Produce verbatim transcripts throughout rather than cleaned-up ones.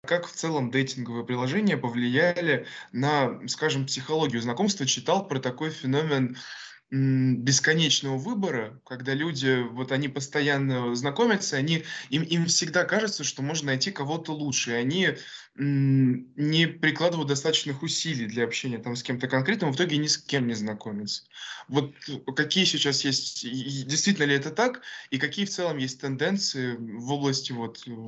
как в целом дейтинговые приложения повлияли на, скажем, психологию знакомства? Читал про такой феномен м, бесконечного выбора, когда люди, вот они постоянно знакомятся, они, им, им всегда кажется, что можно найти кого-то лучше, и они м, не прикладывают достаточных усилий для общения там с кем-то конкретным, в итоге ни с кем не знакомятся. Вот э, какие сейчас есть, и- и действительно ли это так, и какие в целом есть тенденции в области вот э,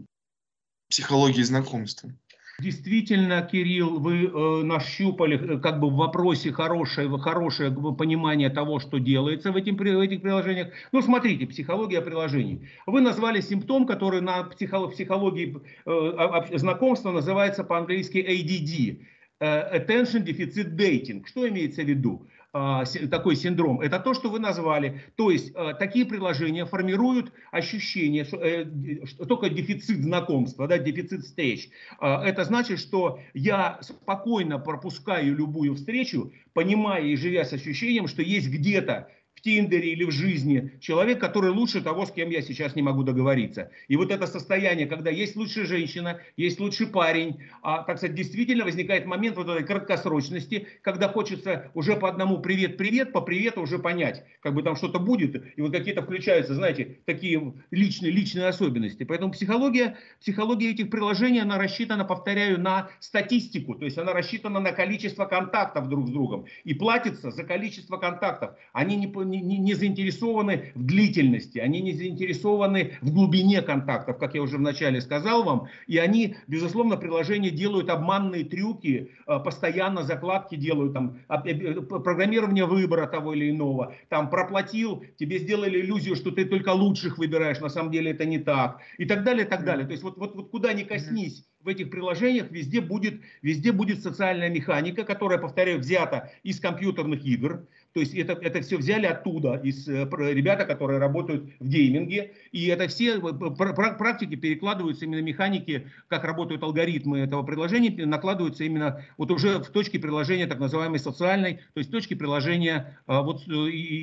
психологии знакомства? Действительно, Кирилл, вы э, нащупали э, как бы в вопросе хорошее, хорошее как бы, понимание того, что делается в, этим, при- в этих приложениях. Ну, смотрите, психология приложений. Вы назвали симптом, который на психо- психологии э, а- а- знакомства называется по-английски A D D. э, Attention Deficit Dating. Что имеется в виду? А, си- такой синдром. Это то, что вы назвали. То есть э, такие приложения формируют ощущение, что, э, д- что только дефицит знакомства, да, дефицит встреч. А, Это значит, что я спокойно пропускаю любую встречу, понимая и живя с ощущением, что есть где-то в Тиндере или в жизни человек, который лучше того, с кем я сейчас не могу договориться. И вот это состояние, когда есть лучшая женщина, есть лучший парень, а, так сказать, действительно возникает момент вот этой краткосрочности, когда хочется уже по одному привет-привет, по привету уже понять, как бы там что-то будет, и вот какие-то включаются, знаете, такие личные, личные особенности. Поэтому психология, психология этих приложений, она рассчитана, повторяю, на статистику, то есть она рассчитана на количество контактов друг с другом и платится за количество контактов. Они не, не, не заинтересованы в длительности, они не заинтересованы в глубине контактов, как я уже вначале сказал вам, и они, безусловно, приложения делают обманные трюки, э, постоянно закладки делают, там, программирование выбора того или иного, там, проплатил, тебе сделали иллюзию, что ты только лучших выбираешь, на самом деле это не так, и так далее, и так далее. То есть вот, вот, вот куда ни Мгм. коснись в этих приложениях, везде будет, везде будет социальная механика, которая, повторяю, взята из компьютерных игр. То есть это, это все взяли оттуда, из э, ребята, которые работают в гейминге. И это все практики перекладываются именно механики, как работают алгоритмы этого приложения, накладываются именно вот уже в точке приложения так называемой социальной, то есть точки приложения а, вот, э,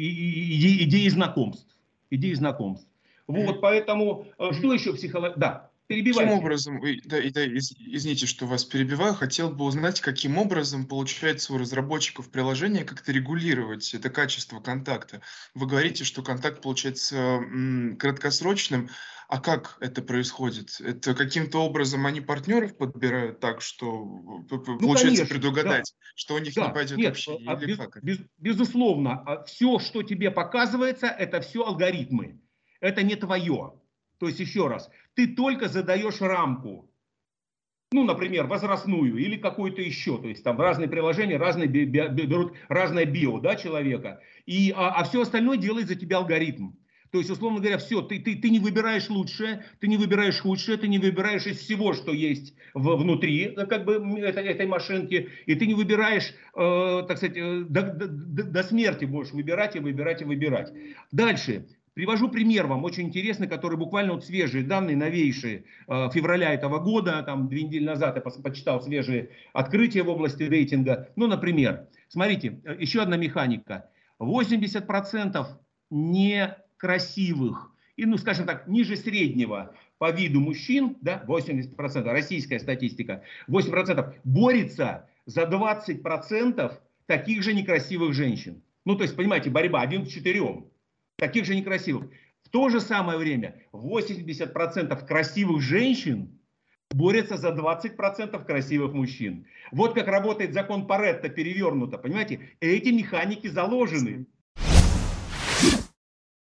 идеи, идеи знакомств. Идеи знакомств. Мгм. Вот, поэтому, э, Мгм. что еще психология? Да, Каким перебивайте. образом, ой, да, и да, из извините, что вас перебиваю, хотел бы узнать, каким образом получается у разработчиков приложения как-то регулировать это качество контакта. Вы говорите, что контакт получается, м, краткосрочным, а как это происходит? Это каким-то образом они партнеров подбирают так, что п п Ну, получается конечно, да. предугадать, что у них не Да, пойдет нет, общение, а, или без- как это? без- безусловно, все, что тебе показывается, это все алгоритмы. Это не твое. То есть, еще раз, ты только задаешь рамку, ну, например, возрастную или какую-то еще. То есть там разные приложения, разные би- би- берут разное био, да, человека. И, а, а все остальное делает за тебя алгоритм. То есть, условно говоря, все, ты, ты, ты не выбираешь лучшее, ты не выбираешь худшее, ты не выбираешь из всего, что есть в, внутри э, как бы, этой, этой машинки, и ты не выбираешь, э, так сказать, э, до, до, до смерти будешь выбирать и выбирать и выбирать. Дальше. Привожу пример вам очень интересный, который буквально вот свежие данные, новейшие, э, февраля этого года, там две недели назад я почитал свежие открытия в области рейтинга. Ну, например, смотрите, э, еще одна механика. восемьдесят процентов некрасивых и, ну, скажем так, ниже среднего по виду мужчин, да, восемьдесят процентов, российская статистика, восемь процентов борется за двадцать процентов таких же некрасивых женщин. Ну, то есть, понимаете, борьба один к четырем таких же некрасивых. В то же самое время восемьдесят процентов красивых женщин борются за двадцать процентов красивых мужчин. Вот как работает закон Паретта перевернуто, понимаете? Эти механики заложены.